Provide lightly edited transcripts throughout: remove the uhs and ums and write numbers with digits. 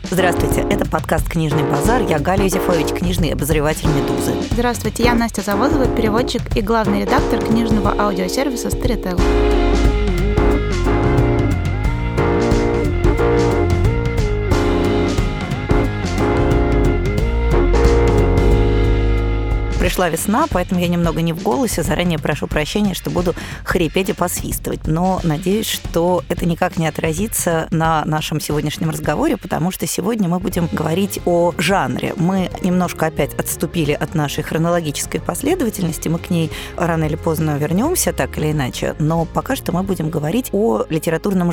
Здравствуйте, это подкаст «Книжный базар». Я Галя Юзефович, книжный обозреватель «Медузы». Здравствуйте, я Настя Завозова, переводчик и главный редактор книжного аудиосервиса Storytel. Пришла весна, поэтому я немного не в голосе. Заранее прошу прощения, что буду хрипеть и посвистывать. Но надеюсь, что это никак не отразится на нашем сегодняшнем разговоре, потому что сегодня мы будем говорить о жанре. Мы немножко опять отступили от нашей хронологической последовательности. Мы к ней рано или поздно вернемся, так или иначе. Но пока что мы будем говорить о литературном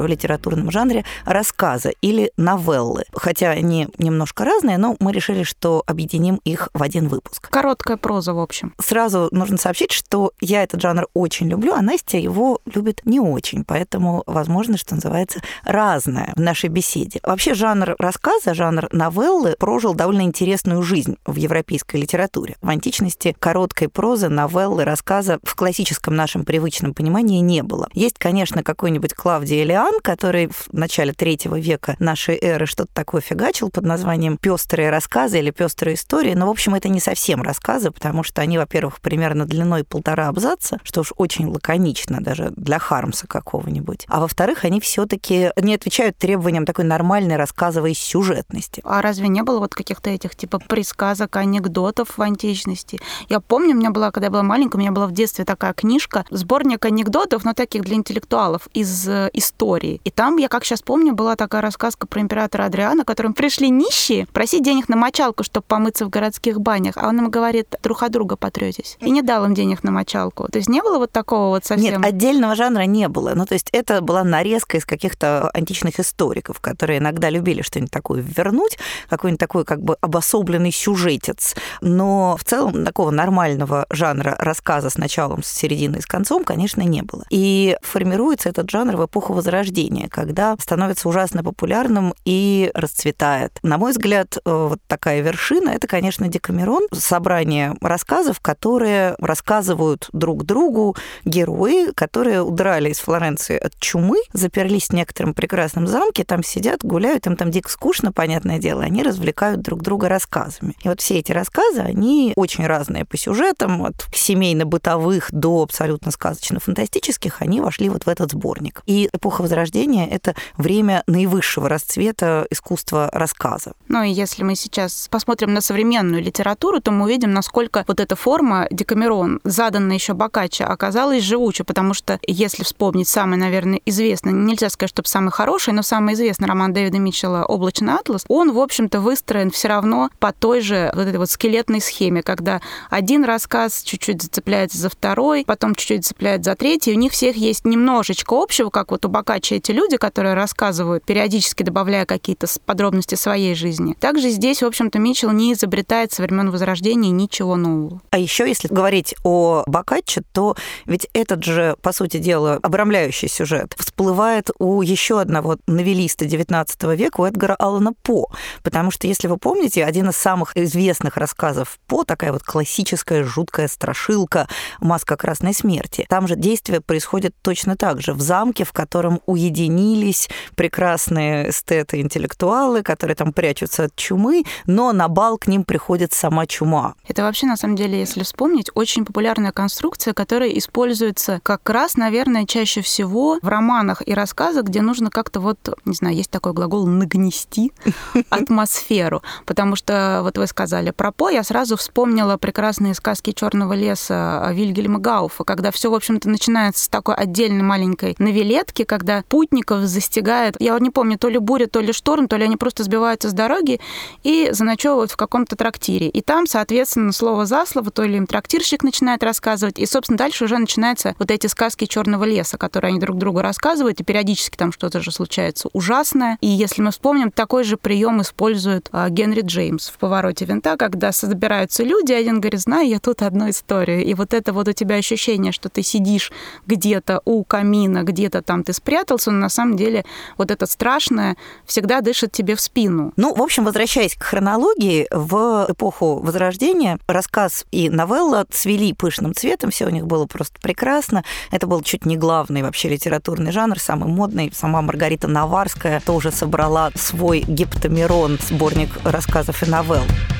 жанре рассказа или новеллы. Хотя они немножко разные, но мы решили, что объединим их в один выпуск. Короткая проза, в общем. Сразу нужно сообщить, что я этот жанр очень люблю, а Настя его любит не очень, поэтому, возможно, что называется, разное в нашей беседе. Вообще жанр рассказа, жанр новеллы прожил довольно интересную жизнь в европейской литературе. В античности короткой прозы, новеллы, рассказа в классическом нашем привычном понимании не было. Есть, конечно, какой-нибудь Клавдий Элиан, который в начале III века нашей эры что-то такое фигачил под названием «Пёстрые рассказы» или «Пёстрые истории», но, в общем, это не совсем рассказы, потому что они, во-первых, примерно длиной 1,5 абзаца, что уж очень лаконично даже для Хармса какого-нибудь. А во-вторых, они все-таки не отвечают требованиям такой нормальной рассказовой сюжетности. А разве не было вот каких-то этих типа присказок, анекдотов в античности? Я помню, у меня была, когда я была маленькая, у меня была в детстве такая книжка, сборник анекдотов, но таких для интеллектуалов из истории. И там, я как сейчас помню, была такая рассказка про императора Адриана, которым пришли нищие просить денег на мочалку, чтобы помыться в городских банях. А он им говорит: друг от друга потрётесь. И не дал им денег на мочалку. То есть не было вот такого вот совсем... Нет, отдельного жанра не было. Ну, то есть это была нарезка из каких-то античных историков, которые иногда любили что-нибудь такое вернуть, какой-нибудь такой как бы обособленный сюжетец. Но в целом такого нормального жанра рассказа с началом, с серединой, с концом, конечно, не было. И формируется этот жанр в эпоху Возрождения, когда становится ужасно популярным и расцветает. На мой взгляд, вот такая вершина — это, конечно, Декамерон, собрание рассказов, которые рассказывают друг другу герои, которые удрали из Флоренции от чумы, заперлись в некотором прекрасном замке, там сидят, гуляют, им там дико скучно, понятное дело, они развлекают друг друга рассказами. И вот все эти рассказы, они очень разные по сюжетам, от семейно-бытовых до абсолютно сказочно-фантастических, они вошли вот в этот сборник. И эпоха Возрождения — это время наивысшего расцвета искусства рассказа. Ну и если мы сейчас посмотрим на современную литературу, то мы увидим, насколько вот эта форма Декамерон, заданная еще Боккаччо, оказалась живучей, потому что, если вспомнить самый, наверное, известный, нельзя сказать, чтобы самый хороший, но самый известный роман Дэвида Митчелла «Облачный атлас», он, в общем-то, выстроен все равно по той же вот этой вот скелетной схеме, когда один рассказ чуть-чуть зацепляется за второй, потом чуть-чуть зацепляет за третий, у них всех есть немножечко общего, как вот у Боккаччо эти люди, которые рассказывают, периодически добавляя какие-то подробности своей жизни. Также здесь, в общем-то, Митчелл не изобретает со времен Возрождения ничего нового. А еще, если говорить о Боккаччо, то ведь этот же, по сути дела, обрамляющий сюжет всплывает у еще одного новеллиста XIX века, у Эдгара Аллана По. Потому что, если вы помните, один из самых известных рассказов По, такая вот классическая жуткая страшилка «Маска красной смерти». Там же действие происходит точно так же. В замке, в котором уединились прекрасные эстеты-интеллектуалы, которые там прячутся от чумы, но на бал к ним приходит сама чума. Это вообще, на самом деле, если вспомнить, очень популярная конструкция, которая используется как раз, наверное, чаще всего в романах и рассказах, где нужно как-то вот, не знаю, есть такой глагол «нагнести» атмосферу. Потому что, вот вы сказали про По, я сразу вспомнила прекрасные сказки «Черного леса» Вильгельма Гауфа, когда все, в общем-то, начинается с такой отдельной маленькой новелетки, когда путников застигает, я не помню, то ли буря, то ли шторм, то ли они просто сбиваются с дороги и заночевывают в каком-то трактире. И там, соответственно, слово за слово, то ли им трактирщик начинает рассказывать, и, собственно, дальше уже начинаются вот эти сказки «Черного леса», которые они друг другу рассказывают, и периодически там что-то же случается ужасное. И если мы вспомним, такой же прием использует Генри Джеймс в «Повороте винта», когда собираются люди, один говорит: знаю я тут одну историю. И вот это вот у тебя ощущение, что ты сидишь где-то у камина, где-то там ты спрятался, но на самом деле вот это страшное всегда дышит тебе в спину. Ну, в общем, возвращаясь к хронологии, в эпоху Возрождения рассказ и новелла цвели пышным цветом, все у них было просто прекрасно. Это был чуть не главный вообще литературный жанр, самый модный. Сама Маргарита Наварская тоже собрала свой «Гептамирон», сборник рассказов и новелл.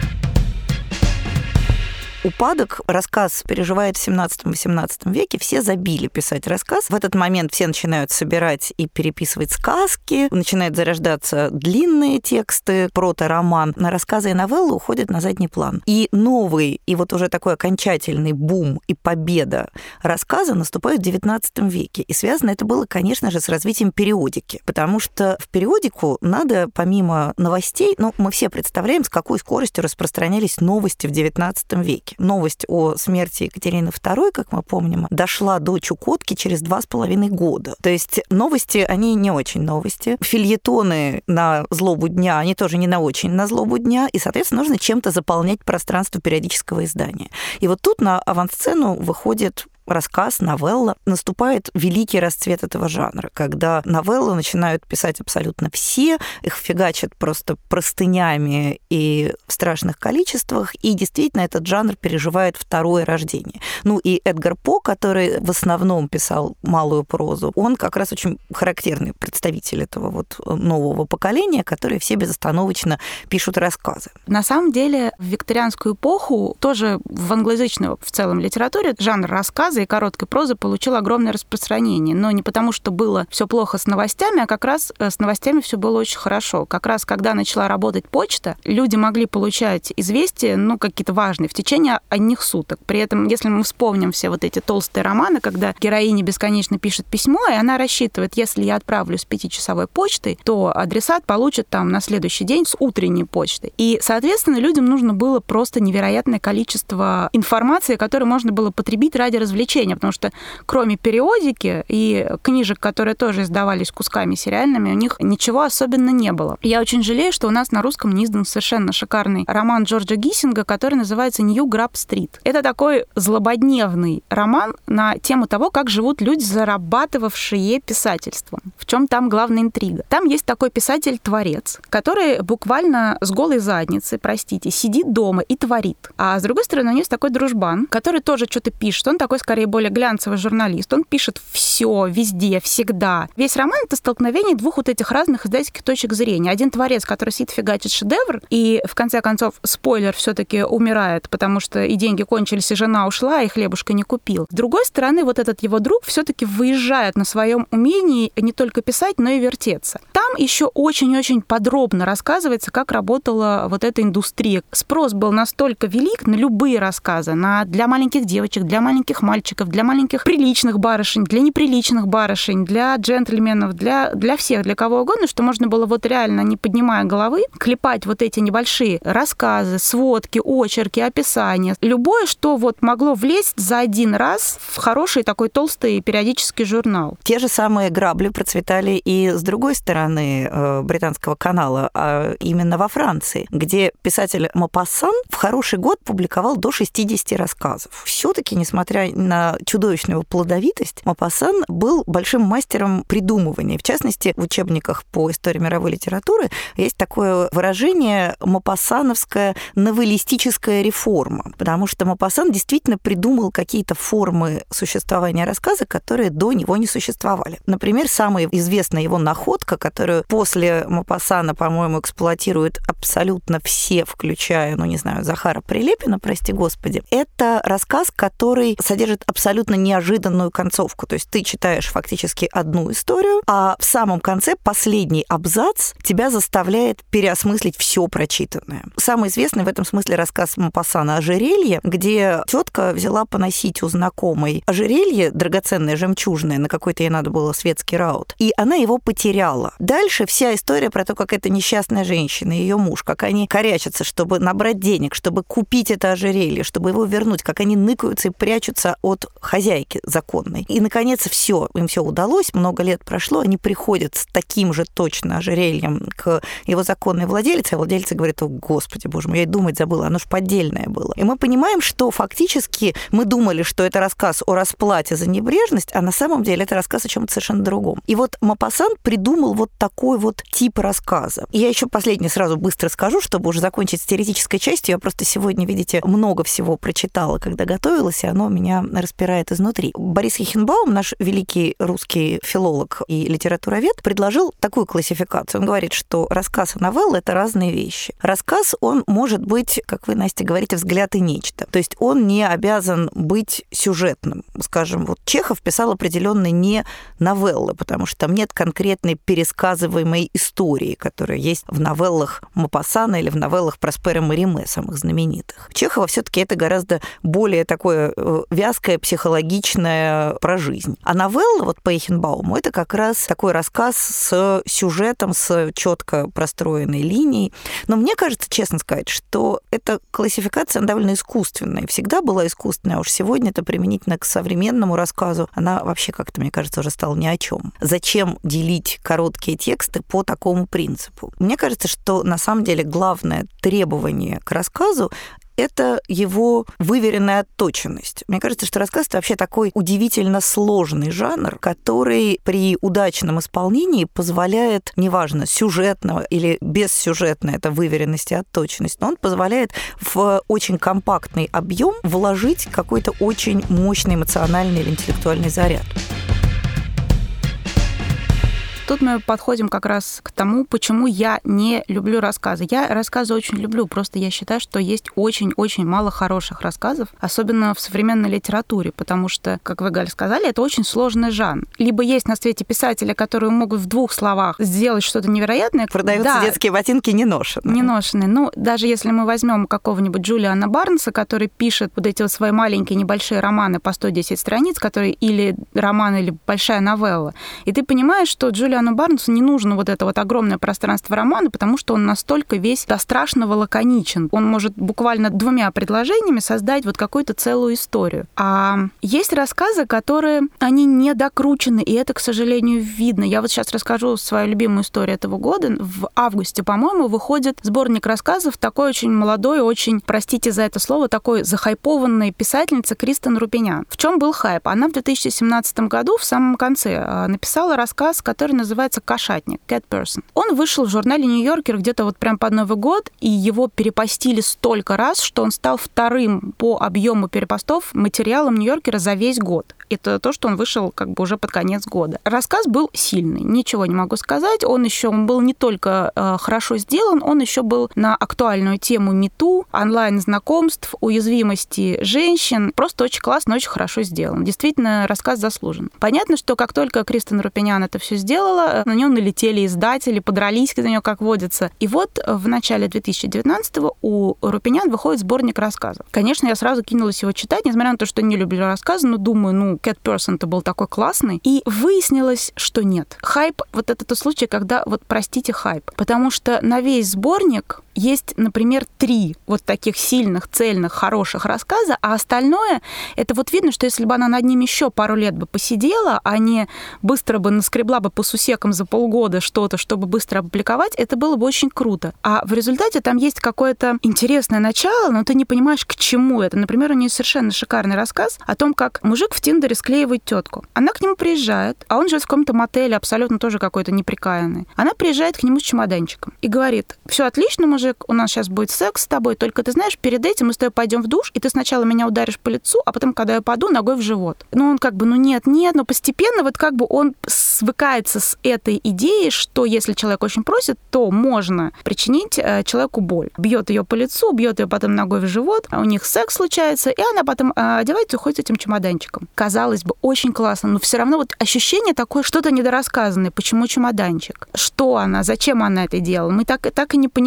Упадок рассказ переживает в 17-18 веке. Все забили писать рассказ. В этот момент все начинают собирать и переписывать сказки, начинают зарождаться длинные тексты, прото-роман. На рассказы и новеллы уходят на задний план. И новый, и вот уже такой окончательный бум и победа рассказа наступают в 19 веке. И связано это было, конечно же, с развитием периодики. Потому что в периодику надо, помимо новостей, мы все представляем, с какой скоростью распространялись новости в 19 веке. Новость о смерти Екатерины II, как мы помним, дошла до Чукотки через 2,5 года. То есть новости, они не очень новости. Фельетоны на злобу дня, они тоже не на очень на злобу дня. И, соответственно, нужно чем-то заполнять пространство периодического издания. И вот тут на авансцену выходит рассказ, новелла. Наступает великий расцвет этого жанра, когда новеллы начинают писать абсолютно все, их фигачат просто простынями и в страшных количествах, и действительно этот жанр переживает второе рождение. И Эдгар По, который в основном писал малую прозу, он как раз очень характерный представитель этого вот нового поколения, которые все безостановочно пишут рассказы. На самом деле, в викторианскую эпоху тоже в англоязычной в целом литературе жанр рассказа и короткой прозы получил огромное распространение. Но не потому, что было все плохо с новостями, а как раз с новостями все было очень хорошо. Как раз когда начала работать почта, люди могли получать известия, какие-то важные, в течение одних суток. При этом, если мы вспомним все вот эти толстые романы, когда героиня бесконечно пишет письмо, и она рассчитывает, если я отправлю с 5-часовой почтой, то адресат получит там на следующий день с утренней почтой. И, соответственно, людям нужно было просто невероятное количество информации, которую можно было потребить ради развлечения, потому что кроме периодики и книжек, которые тоже издавались кусками сериальными, у них ничего особенно не было. Я очень жалею, что у нас на русском не издан совершенно шикарный роман Джорджа Гиссинга, который называется «Нью Граб-стрит». Это такой злободневный роман на тему того, как живут люди, зарабатывавшие писательством. В чем там главная интрига? Там есть такой писатель-творец, который буквально с голой задницей, сидит дома и творит. А с другой стороны, у него есть такой дружбан, который тоже что-то пишет. Он такой, скорее, более глянцевый журналист. Он пишет все, везде, всегда. Весь роман — это столкновение двух вот этих разных издательских точек зрения. Один творец, который сидит, фигачит шедевр, и, в конце концов, спойлер, все-таки умирает, потому что и деньги кончились, и жена ушла, и хлебушка не купил. С другой стороны, вот этот его друг все-таки выезжает на своем умении не только писать, но и вертеться. Там еще очень-очень подробно рассказывается, как работала вот эта индустрия. Спрос был настолько велик на любые рассказы, для маленьких девочек, для маленьких мальчиков, для маленьких приличных барышень, для неприличных барышень, для джентльменов, для всех, для кого угодно, что можно было вот реально, не поднимая головы, клепать вот эти небольшие рассказы, сводки, очерки, описания. Любое, что вот могло влезть за один раз в хороший такой толстый периодический журнал. Те же самые грабли процветали и с другой стороны британского канала, а именно во Франции, где писатель Мопассан в хороший год публиковал до 60 рассказов. Все-таки, несмотря на чудовищную плодовитость, Мопассан был большим мастером придумывания. В частности, в учебниках по истории мировой литературы есть такое выражение «мопассановская новеллистическая реформа», потому что Мопассан действительно придумал какие-то формы существования рассказа, которые до него не существовали. Например, самая известная его находка, которую после Мопассана, по-моему, эксплуатируют абсолютно все, включая, Захара Прилепина, прости господи, это рассказ, который содержит абсолютно неожиданную концовку. То есть ты читаешь фактически одну историю, а в самом конце последний абзац тебя заставляет переосмыслить все прочитанное. Самый известный в этом смысле рассказ Мопассана «Ожерелье», где тетка взяла поносить у знакомой ожерелье драгоценное, жемчужное, на какой-то ей надо было светский раут, и она его потеряла. Дальше вся история про то, как эта несчастная женщина и ее муж, как они корячатся, чтобы набрать денег, чтобы купить это ожерелье, чтобы его вернуть, как они ныкаются и прячутся от хозяйки законной. И, наконец, им все удалось, много лет прошло, они приходят с таким же точно ожерельем к его законной владелице, а владелица говорит: о, Господи, Боже мой, я и думать забыла, оно ж поддельное было. И мы понимаем, что фактически мы думали, что это рассказ о расплате за небрежность, а на самом деле это рассказ о чем-то совершенно другом. И вот Мопассант придумал вот такой вот тип рассказа. И я еще последнее сразу быстро скажу, чтобы уже закончить с теоретической частью. Я просто сегодня, видите, много всего прочитала, когда готовилась, и оно меня распирает изнутри. Борис Хихенбаум, наш великий русский филолог и литературовед, предложил такую классификацию. Он говорит, что рассказ и новелла — это разные вещи. Рассказ, он может быть, как вы, Настя, говорите, взгляд и нечто. То есть он не обязан быть сюжетным. Скажем, вот Чехов писал определенные не новеллы, потому что там нет конкретной пересказываемой истории, которая есть в новеллах Мопассана или в новеллах Проспера Мериме, самых знаменитых. Чехова все-таки это гораздо более такое вязкое, психологичное про жизнь. А новелла вот по Эйхенбауму — это как раз такой рассказ с сюжетом, с четко простроенной линией. Но мне кажется, честно сказать, что эта классификация довольно искусственная. Всегда была искусственная, а уж сегодня это применительно к современному рассказу. Она вообще как-то, мне кажется, уже стала ни о чем. Зачем делить короткие тексты по такому принципу? Мне кажется, что на самом деле главное требование к рассказу — это его выверенная отточенность. Мне кажется, что рассказ — это вообще такой удивительно сложный жанр, который при удачном исполнении позволяет, неважно, сюжетно или бессюжетно, это выверенность и отточенность, но он позволяет в очень компактный объем вложить какой-то очень мощный эмоциональный или интеллектуальный заряд. Тут мы подходим как раз к тому, почему я не люблю рассказы. Я рассказы очень люблю, просто я считаю, что есть очень-очень мало хороших рассказов, особенно в современной литературе, потому что, как вы, Галь, сказали, это очень сложный жанр. Либо есть на свете писатели, которые могут в 2 словах сделать что-то невероятное. Продаются детские ботинки неношенные. Неношенные. Ну, даже если мы возьмем какого-нибудь Джулиана Барнса, который пишет вот эти вот свои маленькие небольшие романы по 110 страниц, которые или роман, или большая новелла, и ты понимаешь, что Джулиану Барнсу не нужно вот это вот огромное пространство романа, потому что он настолько весь до страшного лаконичен. Он может буквально 2 предложениями создать вот какую-то целую историю. А есть рассказы, которые, они не докручены, и это, к сожалению, видно. Я вот сейчас расскажу свою любимую историю этого года. В августе, по-моему, выходит сборник рассказов такой очень молодой, очень, простите за это слово, такой захайпованной писательницы Кристен Рупенян. В чем был хайп? Она в 2017 году, в самом конце, написала рассказ, который называется «Кошатник», «Cat Person». Он вышел в журнале «Нью-Йоркер» где-то вот прям под Новый год, и его перепостили столько раз, что он стал 2-м по объему перепостов материалом «Нью-Йоркера» за весь год. Это то, что он вышел как бы уже под конец года. Рассказ был сильный, ничего не могу сказать. Он был не только хорошо сделан, он еще был на актуальную тему МИТУ, онлайн-знакомств, уязвимости женщин. Просто очень классно, очень хорошо сделан. Действительно, рассказ заслужен. Понятно, что как только Кристен Рупенян это все сделала, на нее налетели издатели, подрались за нее, как водится. И вот в начале 2019-го у Рупенян выходит сборник рассказов. Конечно, я сразу кинулась его читать, несмотря на то, что не люблю рассказы, но думаю, Cat Person-то был такой классный. И выяснилось, что нет. Хайп, вот это тот случай, когда, вот простите, хайп. Потому что на весь сборник есть, например, 3 вот таких сильных, цельных, хороших рассказа, а остальное, это вот видно, что если бы она над ним еще пару лет бы посидела, а не быстро бы наскребла бы по сусекам за полгода что-то, чтобы быстро опубликовать, это было бы очень круто. А в результате там есть какое-то интересное начало, но ты не понимаешь, к чему это. Например, у нее совершенно шикарный рассказ о том, как мужик в Тиндере склеивает тетку. Она к нему приезжает, а он живет в каком-то мотеле, абсолютно тоже какой-то неприкаянный. Она приезжает к нему с чемоданчиком и говорит: все отлично, мужик, у нас сейчас будет секс с тобой, только ты знаешь, перед этим мы с тобой пойдем в душ, и ты сначала меня ударишь по лицу, а потом, когда я паду, ногой в живот. Но он как бы, нет, но постепенно вот как бы он свыкается с этой идеей, что если человек очень просит, то можно причинить человеку боль. Бьет ее по лицу, бьет ее потом ногой в живот, у них секс случается, и она потом одевается и уходит с этим чемоданчиком. Казалось бы, очень классно, но все равно вот ощущение такое, что-то недорассказанное. Почему чемоданчик? Что она? Зачем она это делала? Мы так и не понимаем.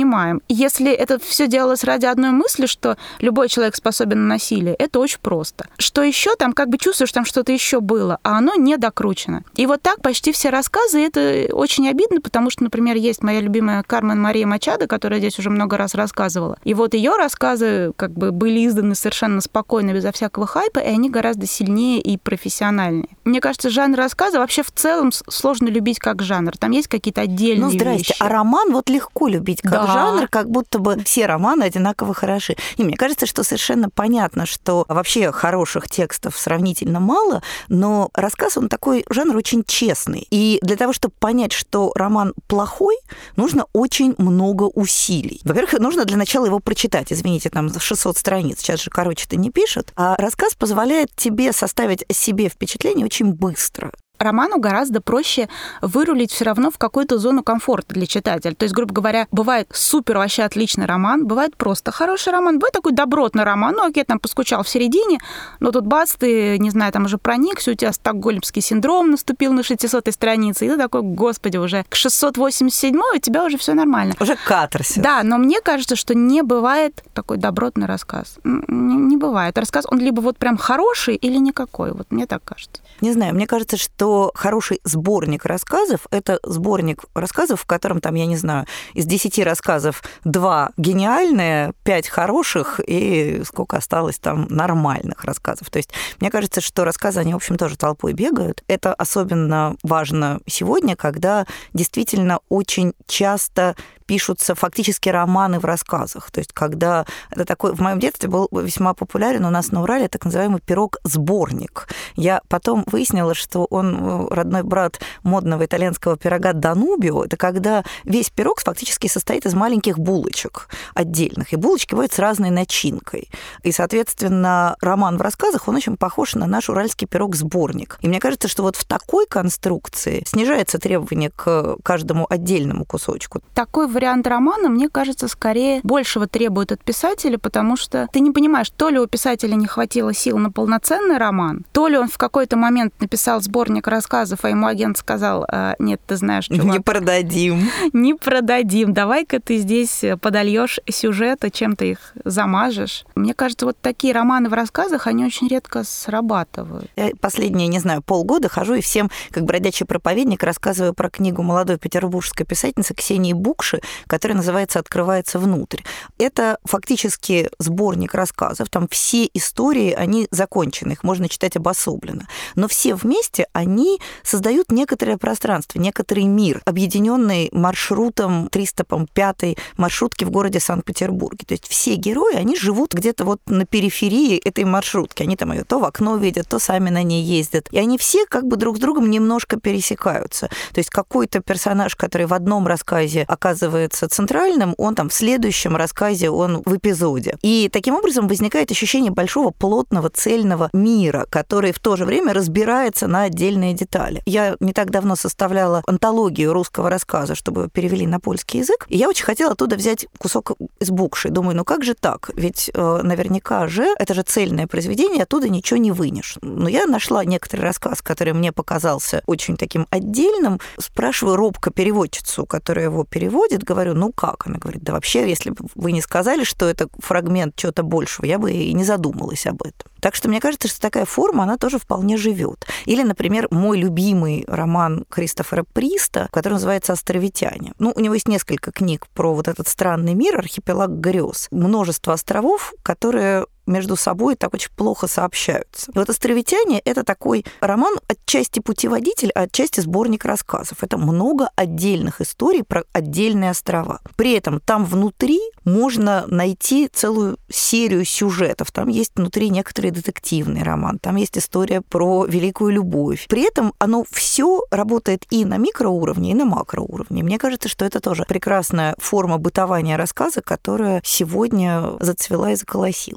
Если это все делалось ради одной мысли, что любой человек способен на насилие, это очень просто. Что еще там, как бы чувствуешь, там что-то еще было, а оно не докручено. И вот так почти все рассказы, это очень обидно, потому что, например, есть моя любимая Кармен Мария Мачадо, которая здесь уже много раз рассказывала. И вот ее рассказы как бы были изданы совершенно спокойно, безо всякого хайпа, и они гораздо сильнее и профессиональнее. Мне кажется, жанр рассказа вообще в целом сложно любить как жанр. Там есть какие-то отдельные вещи. А роман вот легко любить как жанр, как будто бы все романы одинаково хороши. И мне кажется, что совершенно понятно, что вообще хороших текстов сравнительно мало, но рассказ, он такой жанр очень честный. И для того, чтобы понять, что роман плохой, нужно очень много усилий. Во-первых, нужно для начала его прочитать. Извините, там 600 страниц, сейчас же короче-то не пишут. А рассказ позволяет тебе составить о себе впечатление очень быстро. Роману гораздо проще вырулить все равно в какую-то зону комфорта для читателя. То есть, грубо говоря, бывает супер вообще отличный роман, бывает просто хороший роман, бывает такой добротный роман. Ну, окей, там поскучал в середине, но тут бац, ты, не знаю, там уже проникся, у тебя стокгольмский синдром наступил на 600-й странице, и ты такой, господи, уже к 687-й у тебя уже все нормально. Уже катарсис. Да, но мне кажется, что не бывает такой добротный рассказ. Не бывает. Рассказ, он либо вот прям хороший или никакой. Вот мне так кажется. Не знаю, мне кажется, что хороший сборник рассказов – это сборник рассказов, в котором, там, я не знаю, из 10 рассказов 2 гениальные, 5 хороших и сколько осталось там нормальных рассказов. То есть мне кажется, что рассказы, они, в общем, тоже толпой бегают. Это особенно важно сегодня, когда действительно очень часто пишутся фактически романы в рассказах. То есть когда это такой... В моем детстве был весьма популярен у нас на Урале так называемый пирог-сборник. Я потом выяснила, что он родной брат модного итальянского пирога Данубио. Это когда весь пирог фактически состоит из маленьких булочек отдельных. И булочки бывают с разной начинкой. И, соответственно, роман в рассказах, он очень похож на наш уральский пирог-сборник. И мне кажется, что вот в такой конструкции снижается требование к каждому отдельному кусочку. Такой вариант романа, мне кажется, скорее большего требует от писателя, потому что ты не понимаешь, то ли у писателя не хватило сил на полноценный роман, то ли он в какой-то момент написал сборник рассказов, а ему агент сказал: нет, ты знаешь, чувак, не продадим. Не продадим, давай-ка ты здесь подольешь сюжета, чем-то их замажешь. Мне кажется, вот такие романы в рассказах, они очень редко срабатывают. Я последние, не знаю, полгода хожу и всем, как бродячий проповедник, рассказываю про книгу молодой петербургской писательницы Ксении Букши, который называется «Открывается внутрь». Это фактически сборник рассказов. Там все истории, они закончены, их можно читать обособленно. Но все вместе они создают некоторое пространство, некоторый мир, объединенный маршрутом 305-й маршрутки в городе Санкт-Петербурге. То есть все герои, они живут где-то вот на периферии этой маршрутки. Они там ее то в окно видят, то сами на ней ездят. И они все как бы друг с другом немножко пересекаются. То есть какой-то персонаж, который в одном рассказе оказывается центральным, он там в следующем рассказе, он в эпизоде. И таким образом возникает ощущение большого, плотного, цельного мира, который в то же время разбирается на отдельные детали. Я не так давно составляла антологию русского рассказа, чтобы его перевели на польский язык, и я очень хотела оттуда взять кусок из Букши. Думаю, ну как же так? Ведь наверняка же, это же цельное произведение, оттуда ничего не вынешь. Но я нашла некоторый рассказ, который мне показался очень таким отдельным. Спрашиваю робко переводчицу, которая его переводит, говорю, ну как? Она говорит, да вообще, если бы вы не сказали, что это фрагмент чего-то большего, я бы и не задумалась об этом. Так что мне кажется, что такая форма, она тоже вполне живет. Или, например, мой любимый роман Кристофера Приста, который называется «Островитяне». Ну, у него есть несколько книг про вот этот странный мир, архипелаг грез. Множество островов, которые между собой так очень плохо сообщаются. И вот «Островитяне» — это такой роман отчасти путеводитель, а отчасти сборник рассказов. Это много отдельных историй про отдельные острова. При этом там внутри можно найти целую серию сюжетов. Там есть внутри некоторый детективный роман, там есть история про великую любовь. При этом оно все работает и на микроуровне, и на макроуровне. Мне кажется, что это тоже прекрасная форма бытования рассказа, которая сегодня зацвела и заколосилась.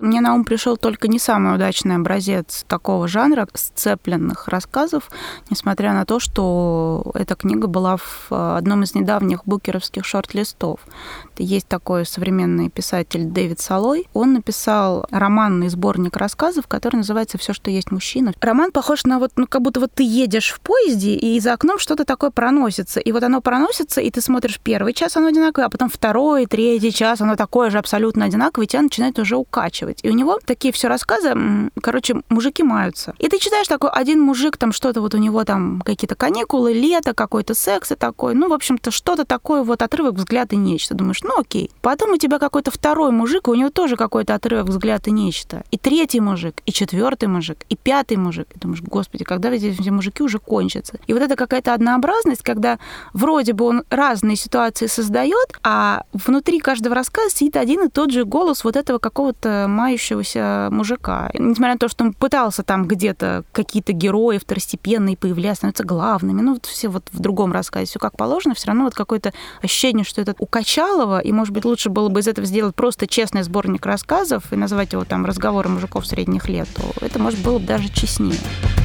Мне на ум пришел только не самый удачный образец такого жанра, сцепленных рассказов, несмотря на то, что эта книга была в одном из недавних букеровских шорт-листов. Есть такой современный писатель Дэвид Солой. Он написал романный сборник рассказов, который называется «Все, что есть мужчина». Роман похож на как будто ты едешь в поезде, и за окном что-то такое проносится. И оно проносится, и ты смотришь первый час, оно одинаковое, а потом второй, третий час, оно такое же абсолютно одинаковое, и тебя начинает уже укачивать. И у него такие все рассказы, мужики маются. И ты читаешь такой, один мужик, там что-то у него там какие-то каникулы, лето, какой-то секс и такой, в общем-то, что-то такое, отрывок, взгляд и нечто. Думаешь, окей. Потом у тебя какой-то второй мужик, и у него тоже какой-то отрывок, взгляд и нечто. И третий мужик, и четвертый мужик, и пятый мужик. И думаешь, господи, когда эти мужики уже кончатся? И это какая-то однообразность, когда вроде бы он разные ситуации создает, а внутри каждого рассказа сидит один и тот же голос этого какого-то мающегося мужика. И несмотря на то, что он пытался там где-то какие-то герои второстепенные появляться, становятся главными, все в другом рассказе, все как положено, все равно какое-то ощущение, что это укачалово, и, может быть, лучше было бы из этого сделать просто честный сборник рассказов и назвать его там «Разговоры мужиков средних лет», то это, может, было бы даже честнее.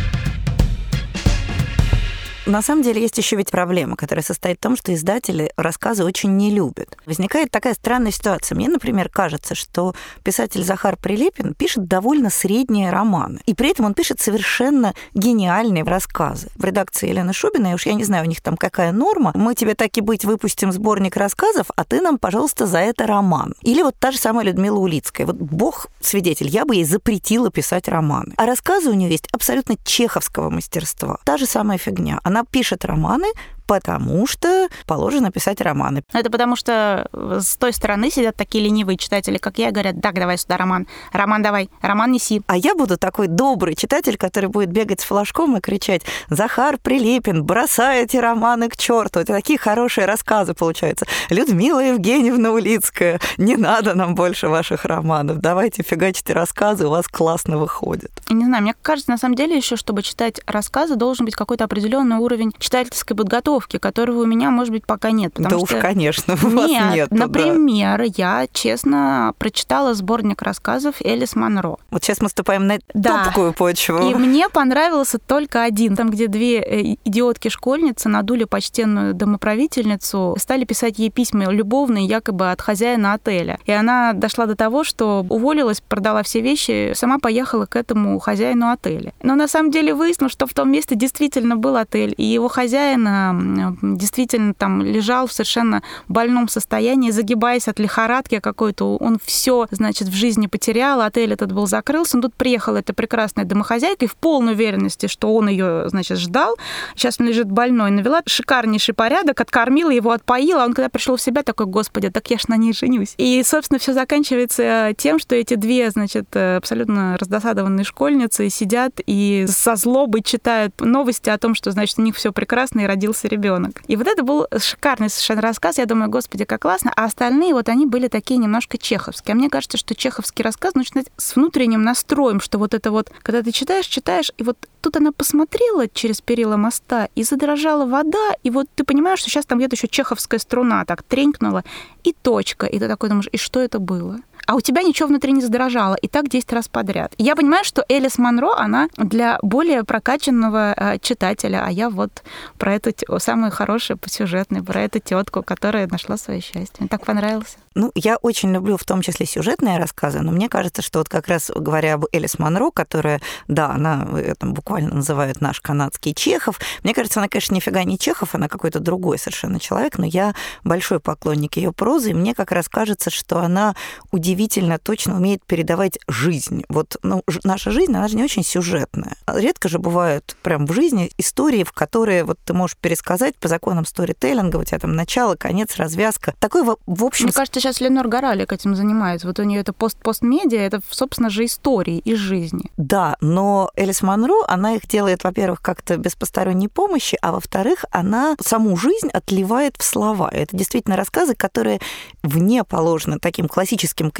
На самом деле есть еще ведь проблема, которая состоит в том, что издатели рассказы очень не любят. Возникает такая странная ситуация. Мне, например, кажется, что писатель Захар Прилепин пишет довольно средние романы. И при этом он пишет совершенно гениальные рассказы. В редакции Елены Шубиной, уж я не знаю, у них там какая норма, мы тебе так и быть выпустим сборник рассказов, а ты нам, пожалуйста, за это роман. Или та же самая Людмила Улицкая. Бог свидетель, я бы ей запретила писать романы. А рассказы у нее есть абсолютно чеховского мастерства. Та же самая фигня. Она пишет романы, потому что положено писать романы. Это потому что с той стороны сидят такие ленивые читатели, как я, и говорят, так, давай сюда роман. Роман давай, роман неси. А я буду такой добрый читатель, который будет бегать с флажком и кричать: Захар Прилепин, бросай эти романы к черту. Это такие хорошие рассказы получаются. Людмила Евгеньевна Улицкая, не надо нам больше ваших романов. Давайте фигачьте рассказы, у вас классно выходит. Не знаю, мне кажется, на самом деле еще, чтобы читать рассказы, должен быть какой-то определенный уровень читательской подготовки, которого у меня, может быть, пока нет. Да уж, конечно, у вас нет. Например, я, честно, прочитала сборник рассказов Элис Монро. Вот сейчас мы ступаем на топкую почву. И мне понравился только один. Там, где две идиотки-школьницы надули почтенную домоправительницу, стали писать ей письма любовные, якобы от хозяина отеля. И она дошла до того, что уволилась, продала все вещи, сама поехала к этому хозяину отеля. Но на самом деле выяснилось, что в том месте действительно был отель, и его хозяин действительно там лежал в совершенно больном состоянии, загибаясь от лихорадки какой-то. Он все, в жизни потерял, отель этот был закрылся. Но тут приехала эта прекрасная домохозяйка и в полной уверенности, что он ее, ждал. Сейчас он лежит больной. Навела шикарнейший порядок, откормила его, отпоила. А он, когда пришел в себя, такой: господи, так я ж на ней женюсь. И, собственно, все заканчивается тем, что эти две, абсолютно раздосадованные школьницы сидят и со злобой читают новости о том, что, у них все прекрасно и родился ребенок. И это был шикарный совершенно рассказ. Я думаю, господи, как классно. А остальные они были такие немножко чеховские. А мне кажется, что чеховский рассказ нужно читать с внутренним настроем, что когда ты читаешь, и тут она посмотрела через перила моста, и задрожала вода, и ты понимаешь, что сейчас там где-то еще чеховская струна так тренькнула, и точка. И ты такой думаешь, и что это было? А у тебя ничего внутри не задрожало, и так 10 раз подряд. И я понимаю, что Элис Монро, она для более прокачанного читателя, а я про эту самую хорошую посюжетную, про эту тетку, которая нашла свое счастье. Мне так понравился. Я очень люблю в том числе сюжетные рассказы, но мне кажется, что как раз говоря об Элис Монро, которая, она буквально называют наш канадский Чехов, мне кажется, она, конечно, нифига не Чехов, она какой-то другой совершенно человек, но я большой поклонник ее прозы, и мне как раз кажется, что она удивительно точно умеет передавать жизнь. Наша жизнь, она же не очень сюжетная. Редко же бывают прям в жизни истории, в которые ты можешь пересказать по законам сторителлинга, у тебя там начало, конец, развязка. Такой, в общем... Мне кажется, сейчас Ленор Горалик этим занимается. У нее это пост-медиа, это, собственно же, истории из жизни. Да, но Элис Монро, она их делает, во-первых, как-то без посторонней помощи, а во-вторых, она саму жизнь отливает в слова. Это действительно рассказы, которые вне положены таким классическим категориям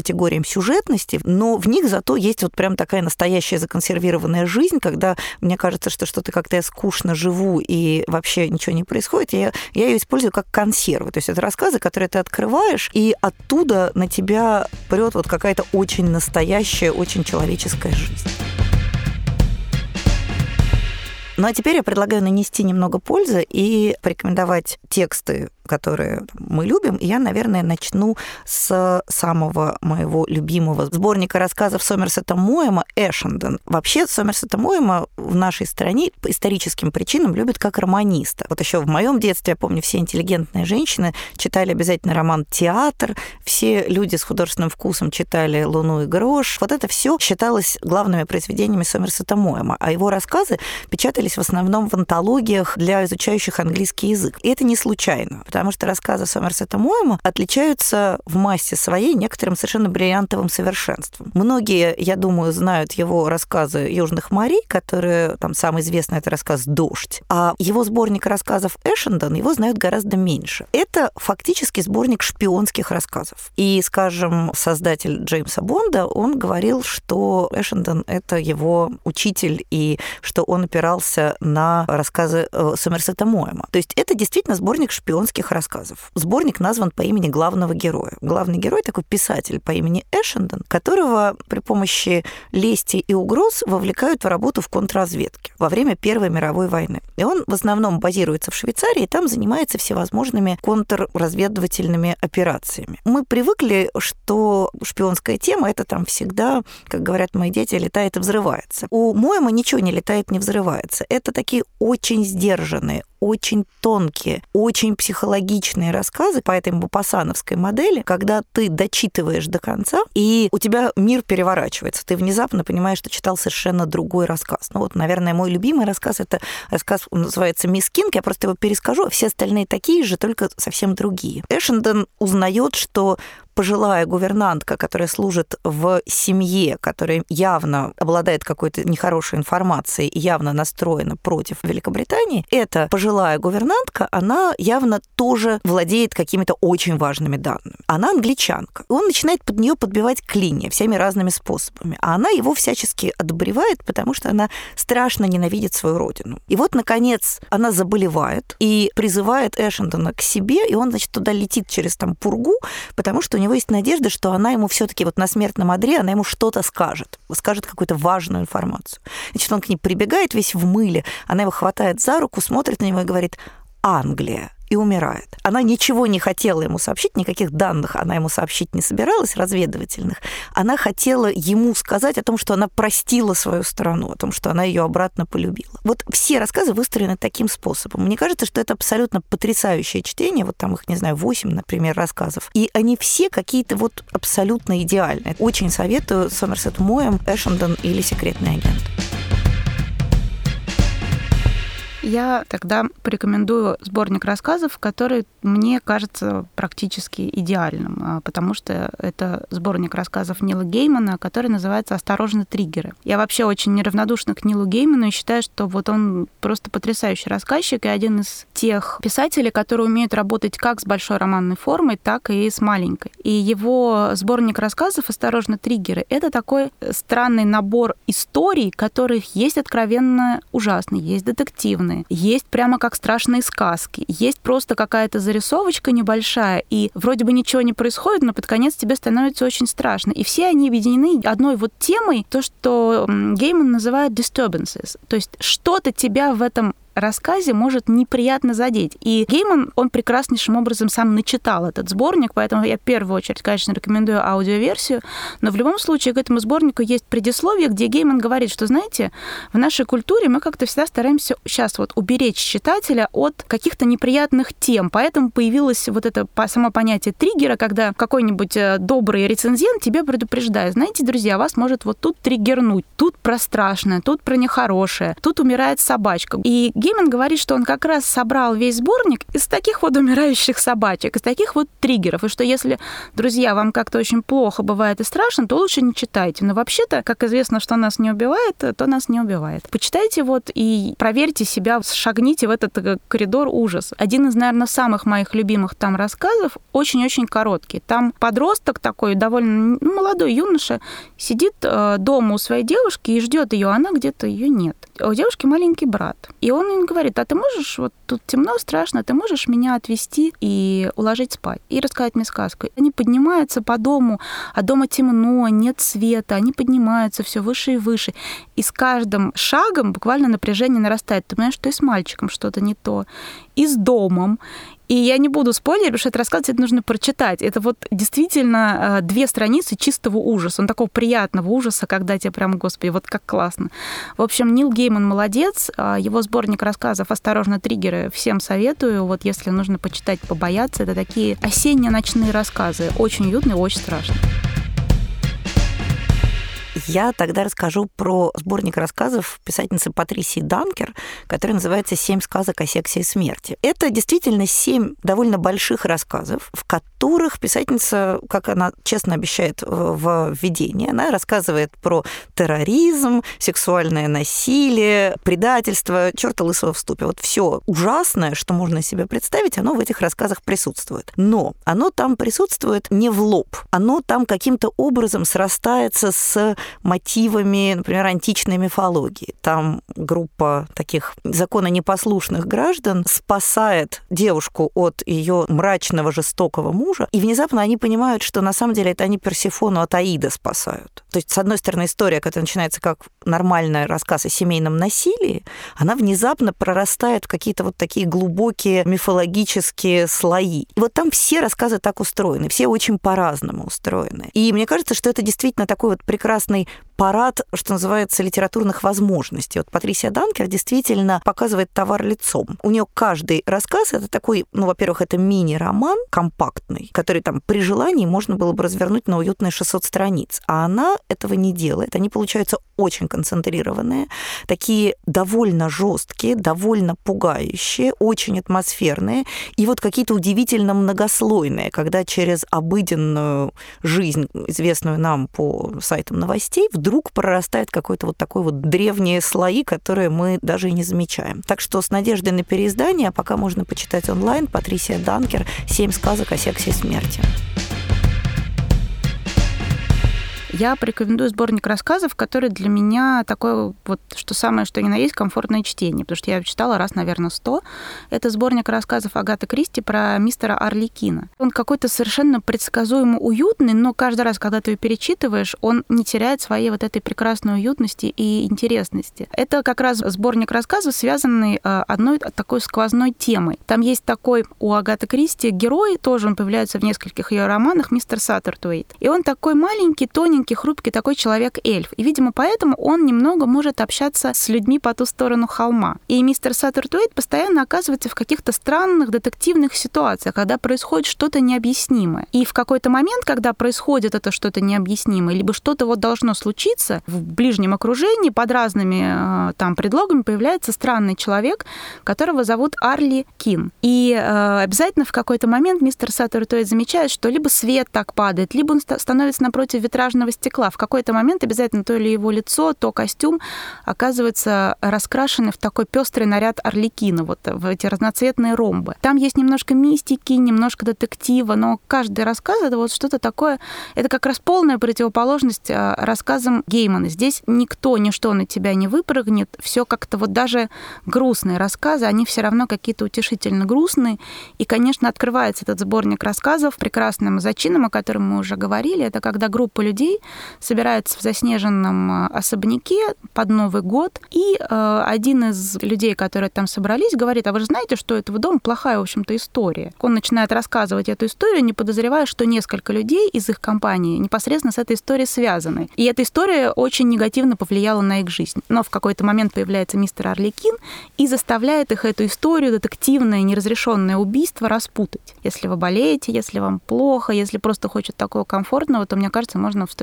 категориям сюжетности, но в них зато есть вот прям такая настоящая законсервированная жизнь, когда мне кажется, что что-то как-то я скучно живу и вообще ничего не происходит, я ее использую как консервы. То есть это рассказы, которые ты открываешь, и оттуда на тебя прет вот какая-то очень настоящая, очень человеческая жизнь. Ну а теперь я предлагаю нанести немного пользы и порекомендовать тексты, которые мы любим. И я, наверное, начну с самого моего любимого сборника рассказов Сомерсета Моэма «Эшенден». Вообще Сомерсета Моэма в нашей стране по историческим причинам любят как романиста. Вот еще в моем детстве, я помню, все интеллигентные женщины читали обязательно роман «Театр», все люди с художественным вкусом читали «Луну и грош». Вот это все считалось главными произведениями Сомерсета Моэма, а его рассказы печатались в основном в антологиях для изучающих английский язык. И это не случайно, потому что рассказы Сомерсета Моэма отличаются в массе своей некоторым совершенно бриллиантовым совершенством. Многие, я думаю, знают его рассказы «Южных морей», которые, там, самый известный это рассказ «Дождь», а его сборник рассказов «Эшенден» его знают гораздо меньше. Это фактически сборник шпионских рассказов. И, скажем, создатель Джеймса Бонда, он говорил, что Эшенден — это его учитель, и что он опирался на рассказы Сомерсета Моэма. То есть это действительно сборник шпионских рассказов. Сборник назван по имени главного героя. Главный герой — такой писатель по имени Эшенден, которого при помощи лести и угроз вовлекают в работу в контрразведке во время Первой мировой войны. И он в основном базируется в Швейцарии, и там занимается всевозможными контрразведывательными операциями. Мы привыкли, что шпионская тема — это там всегда, как говорят мои дети, летает и взрывается. У Моэма ничего не летает, не взрывается. Это такие очень сдержанные, очень тонкие, очень психологичные рассказы по этой мопассановской модели, когда ты дочитываешь до конца, и у тебя мир переворачивается. Ты внезапно понимаешь, что читал совершенно другой рассказ. Ну вот, наверное, мой любимый рассказ — это рассказ, называется «Мисс Кинг». Я просто его перескажу, а все остальные такие же, только совсем другие. Эшенден узнает, что пожилая гувернантка, которая служит в семье, которая явно обладает какой-то нехорошей информацией и явно настроена против Великобритании, эта пожилая гувернантка, она явно тоже владеет какими-то очень важными данными. Она англичанка. И он начинает под нее подбивать клинья всеми разными способами. А она его всячески одобревает, потому что она страшно ненавидит свою родину. И вот, наконец, она заболевает и призывает Эшендена к себе, и он, значит, туда летит через там пургу, потому что у него есть надежда, что она ему все-таки вот на смертном одре, она ему что-то скажет какую-то важную информацию. Значит, он к ней прибегает весь в мыле, она его хватает за руку, смотрит на него и говорит: «Англия», и умирает. Она ничего не хотела ему сообщить, никаких данных она ему сообщить не собиралась, разведывательных. Она хотела ему сказать о том, что она простила свою страну, о том, что она ее обратно полюбила. Вот все рассказы выстроены таким способом. Мне кажется, что это абсолютно потрясающее чтение. Вот там их, не знаю, 8, например, рассказов. И они все какие-то вот абсолютно идеальные. Очень советую Сомерсет Моэм, Эшенден или «Секретный агент». Я тогда порекомендую сборник рассказов, который мне кажется практически идеальным, потому что это сборник рассказов Нила Геймана, который называется «Осторожно, триггеры». Я вообще очень неравнодушна к Нилу Гейману и считаю, что вот он просто потрясающий рассказчик и один из тех писателей, которые умеют работать как с большой романной формой, так и с маленькой. И его сборник рассказов «Осторожно, триггеры» — это такой странный набор историй, которых есть откровенно ужасные, есть детективные, есть прямо как страшные сказки, есть просто какая-то зарисовочка небольшая, и вроде бы ничего не происходит, но под конец тебе становится очень страшно. И все они объединены одной вот темой, то, что Гейман называет disturbances, то есть что-то тебя в этом рассказе может неприятно задеть. И Гейман, он прекраснейшим образом сам начитал этот сборник, поэтому я в первую очередь, конечно, рекомендую аудиоверсию, но в любом случае к этому сборнику есть предисловие, где Гейман говорит, что, знаете, в нашей культуре мы как-то всегда стараемся сейчас вот уберечь читателя от каких-то неприятных тем, поэтому появилось вот это само понятие триггера, когда какой-нибудь добрый рецензент тебе предупреждает: знаете, друзья, вас может вот тут триггернуть, тут про страшное, тут про нехорошее, тут умирает собачка. И Гейман говорит, что он как раз собрал весь сборник из таких вот умирающих собачек, из таких вот триггеров, и что если, друзья, вам как-то очень плохо бывает и страшно, то лучше не читайте. Но вообще-то, как известно, что нас не убивает, то нас не убивает. Почитайте вот и проверьте себя, шагните в этот коридор ужаса. Один из, наверное, самых моих любимых там рассказов, очень-очень короткий. Там подросток такой, довольно молодой юноша, сидит дома у своей девушки и ждет ее, она где-то ее нет. А у девушки маленький брат. И он им говорит: а ты можешь, вот тут темно, страшно, ты можешь меня отвезти и уложить спать? И рассказать мне сказку. Они поднимаются по дому, а дома темно, нет света, они поднимаются все выше и выше. И с каждым шагом буквально напряжение нарастает. Ты понимаешь, что и с мальчиком что-то не то, и с домом. И я не буду спойлерить, потому что этот рассказ это нужно прочитать. Это вот действительно 2 страницы чистого ужаса. Он такого приятного ужаса, когда тебе прям, господи, вот как классно. В общем, Нил Гейман молодец. Его сборник рассказов «Осторожно, триггеры» всем советую. Вот если нужно почитать, побояться, это такие осенние ночные рассказы. Очень уютные, очень страшные. Я тогда расскажу про сборник рассказов писательницы Патрисии Данкер, который называется «7 сказок о сексе и смерти». Это действительно 7 довольно больших рассказов, в которых писательница, как она честно обещает в введении, она рассказывает про терроризм, сексуальное насилие, предательство, чёрта лысого в ступе. Вот все ужасное, что можно себе представить, оно в этих рассказах присутствует. Но оно там присутствует не в лоб. Оно там каким-то образом срастается с мотивами, например, античной мифологии. Там группа таких закононепослушных граждан спасает девушку от ее мрачного, жестокого мужа, и внезапно они понимают, что на самом деле это они Персефону от Аида спасают. То есть, с одной стороны, история, которая начинается как нормальный рассказ о семейном насилии, она внезапно прорастает в какие-то вот такие глубокие мифологические слои. И вот там все рассказы так устроены, все очень по-разному устроены. И мне кажется, что это действительно такой вот прекрасный парад, что называется, литературных возможностей. Вот Патрисия Данкер действительно показывает товар лицом. У нее каждый рассказ — это такой, во-первых, это мини-роман компактный, который там при желании можно было бы развернуть на уютные 600 страниц. А она этого не делает. Они получаются очень концентрированные, такие довольно жесткие, довольно пугающие, очень атмосферные и вот какие-то удивительно многослойные, когда через обыденную жизнь, известную нам по сайтам новостей, вдруг прорастает какой-то вот такой вот древние слои, которые мы даже и не замечаем. Так что с надеждой на переиздание, пока можно почитать онлайн, Патрисия Данкер «7 сказок о сексе и смерти». Я порекомендую сборник рассказов, который для меня такое вот, что самое, что ни на есть, комфортное чтение, потому что я читала раз, наверное, 100. Это сборник рассказов Агаты Кристи про мистера Арликина. Он какой-то совершенно предсказуемо уютный, но каждый раз, когда ты его перечитываешь, он не теряет своей вот этой прекрасной уютности и интересности. Это как раз сборник рассказов, связанный одной такой сквозной темой. Там есть такой у Агаты Кристи герой, тоже он появляется в нескольких ее романах, мистер Саттертуэйт. И он такой маленький, тоненький, хрупкий такой человек-эльф. И, видимо, поэтому он немного может общаться с людьми по ту сторону холма. И мистер Саттертуэйт постоянно оказывается в каких-то странных детективных ситуациях, когда происходит что-то необъяснимое. И в какой-то момент, когда происходит это что-то необъяснимое, либо что-то вот должно случиться, в ближнем окружении под разными там предлогами появляется странный человек, которого зовут Арли Кин. И обязательно в какой-то момент мистер Саттертуэйт замечает, что либо свет так падает, либо он становится напротив витражного стекла. В какой-то момент обязательно то ли его лицо, то костюм оказывается раскрашены в такой пестрый наряд Арлекина, вот в эти разноцветные ромбы. Там есть немножко мистики, немножко детектива, но каждый рассказ — это вот что-то такое, это как раз полная противоположность рассказам Геймана. Здесь никто, ничто на тебя не выпрыгнет, все как-то вот даже грустные рассказы, они все равно какие-то утешительно грустные. И, конечно, открывается этот сборник рассказов прекрасным зачином, о котором мы уже говорили. Это когда группа людей собирается в заснеженном особняке под Новый год, и один из людей, которые там собрались, говорит: а вы же знаете, что у этого дома плохая, в общем-то, история. Он начинает рассказывать эту историю, не подозревая, что несколько людей из их компании непосредственно с этой историей связаны. И эта история очень негативно повлияла на их жизнь. Но в какой-то момент появляется мистер Арликин и заставляет их эту историю, детективное, неразрешенное убийство, распутать. Если вы болеете, если вам плохо, если просто хочет такого комфортного, то, мне кажется, можно вступить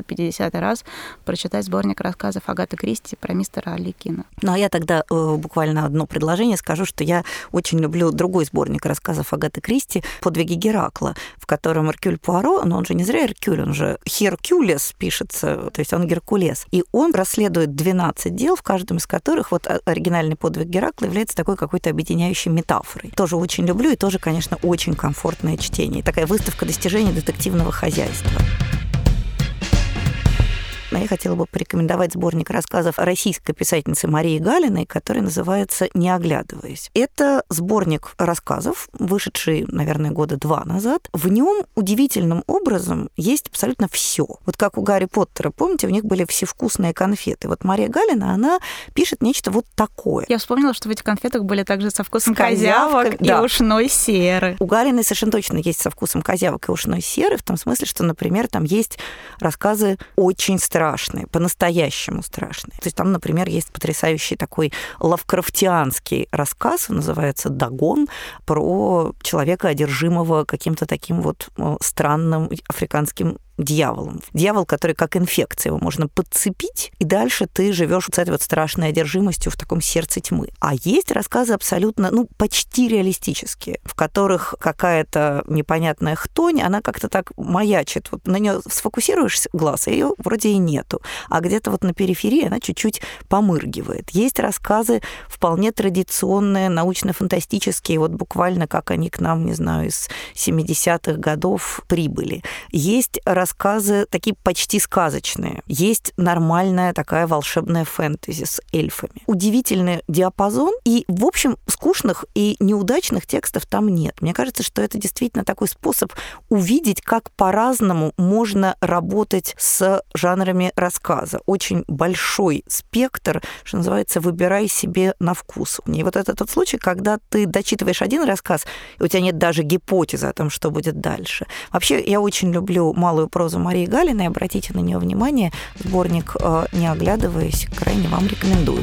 150 раз прочитать сборник рассказов Агаты Кристи про мистера Арлекина. Ну, а я тогда буквально одно предложение скажу, что я очень люблю другой сборник рассказов Агаты Кристи «Подвиги Геракла», в котором Эркюль Пуаро, но он же не зря Эркюль, он же Херкулес пишется, то есть он Геркулес. И он расследует 12 дел, в каждом из которых вот оригинальный подвиг Геракла является такой какой-то объединяющей метафорой. Тоже очень люблю и тоже, конечно, очень комфортное чтение. Такая выставка достижений детективного хозяйства. Я хотела бы порекомендовать сборник рассказов российской писательницы Марии Галиной, который называется «Не оглядываясь». Это сборник рассказов, вышедший, наверное, 2 года назад. В нем удивительным образом есть абсолютно все. Вот как у Гарри Поттера, помните, у них были всевкусные конфеты. Вот Мария Галина, она пишет нечто вот такое. Я вспомнила, что в этих конфетах были также со вкусом козявок и ушной серы. У Галиной совершенно точно есть со вкусом козявок и ушной серы, в том смысле, что, например, там есть рассказы очень страшные, по-настоящему страшные. То есть там, например, есть потрясающий такой лавкрафтианский рассказ, он называется «Дагон», про человека, одержимого каким-то таким вот странным африканским дьяволом. Дьявол, который как инфекция, его можно подцепить, и дальше ты живешь с этой вот страшной одержимостью в таком сердце тьмы. А есть рассказы абсолютно, почти реалистические, в которых какая-то непонятная хтонь, она как-то так маячит. Вот на нее сфокусируешься глаз, и ее вроде и нету. А где-то вот на периферии она чуть-чуть помыргивает. Есть рассказы вполне традиционные, научно-фантастические, вот буквально как они к нам, не знаю, из 70-х годов прибыли. Есть рассказы такие почти сказочные. Есть нормальная такая волшебная фэнтези с эльфами. Удивительный диапазон, и, в общем, скучных и неудачных текстов там нет. Мне кажется, что это действительно такой способ увидеть, как по-разному можно работать с жанрами рассказа. Очень большой спектр, что называется, выбирай себе на вкус. И вот это тот случай, когда ты дочитываешь один рассказ, и у тебя нет даже гипотезы о том, что будет дальше. Вообще, я очень люблю малую прозу Марии Галиной, обратите на нее внимание. Сборник «Не оглядываясь», крайне вам рекомендую.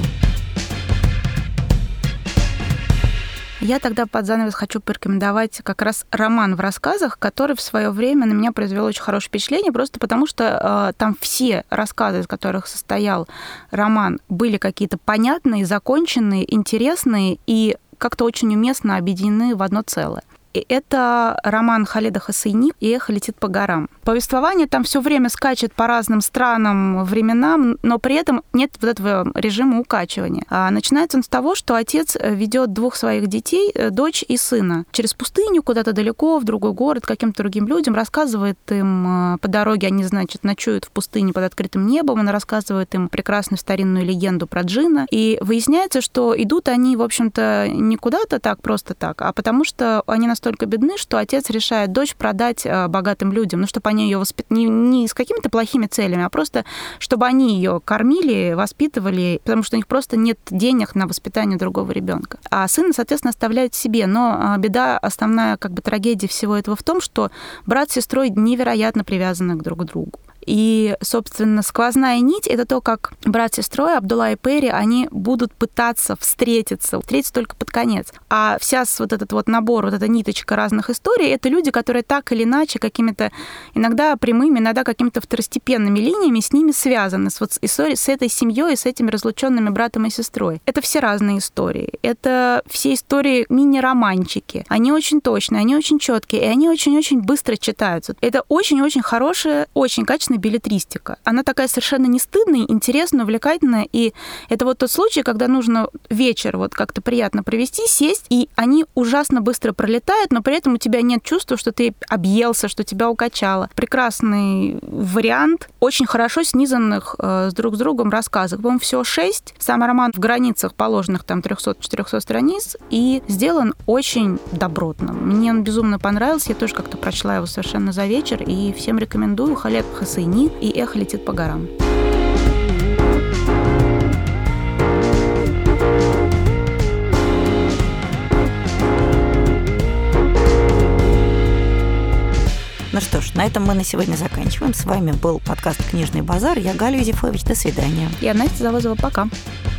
Я тогда под занавес хочу порекомендовать как раз роман в рассказах, который в свое время на меня произвел очень хорошее впечатление, просто потому что там все рассказы, из которых состоял роман, были какие-то понятные, законченные, интересные и как-то очень уместно объединены в одно целое. И это роман Халеда Хосейни «И эхо летит по горам». Повествование там все время скачет по разным странам, временам, но при этом нет вот этого режима укачивания. Начинается он с того, что отец ведет 2 своих детей, дочь и сына, через пустыню куда-то далеко, в другой город, каким-то другим людям, рассказывает им по дороге, они, значит, ночуют в пустыне под открытым небом, он рассказывает им прекрасную старинную легенду про джинна, и выясняется, что идут они, в общем-то, не куда-то так, просто так, а потому что они настолько бедны, что отец решает дочь продать богатым людям, чтобы они ее воспитали не с какими-то плохими целями, а просто чтобы они ее кормили, воспитывали, потому что у них просто нет денег на воспитание другого ребенка. А сына, соответственно, оставляют себе. Но беда, основная трагедия всего этого в том, что брат с сестрой невероятно привязаны друг к другу. И, собственно, сквозная нить — это то, как брат с сестрой, Абдулла и Перри, они будут пытаться встретиться только под конец. А вся вот этот вот набор, вот эта ниточка разных историй — это люди, которые так или иначе какими-то иногда прямыми, иногда какими-то второстепенными линиями с ними связаны, с этой семьей и с этими разлученными братом и сестрой. Это все разные истории. Это все истории мини-романчики. Они очень точные, они очень четкие, и они очень-очень быстро читаются. Это очень-очень хорошая, очень качественная беллетристика. Она такая совершенно не стыдная, интересная, увлекательная, и это вот тот случай, когда нужно вечер вот как-то приятно провести, сесть, и они ужасно быстро пролетают, но при этом у тебя нет чувства, что ты объелся, что тебя укачало. Прекрасный вариант очень хорошо снизанных друг с другом рассказов. По-моему, всего 6. Сам роман в границах положенных там 300-400 страниц и сделан очень добротно. Мне он безумно понравился, я тоже как-то прочла его совершенно за вечер, и всем рекомендую. Халед Хосейни «И эхо летит по горам». Ну что ж, на этом мы на сегодня заканчиваем. С вами был подкаст «Книжный базар». Я Галя Юзефович. До свидания. Я Настя Завозова. Пока.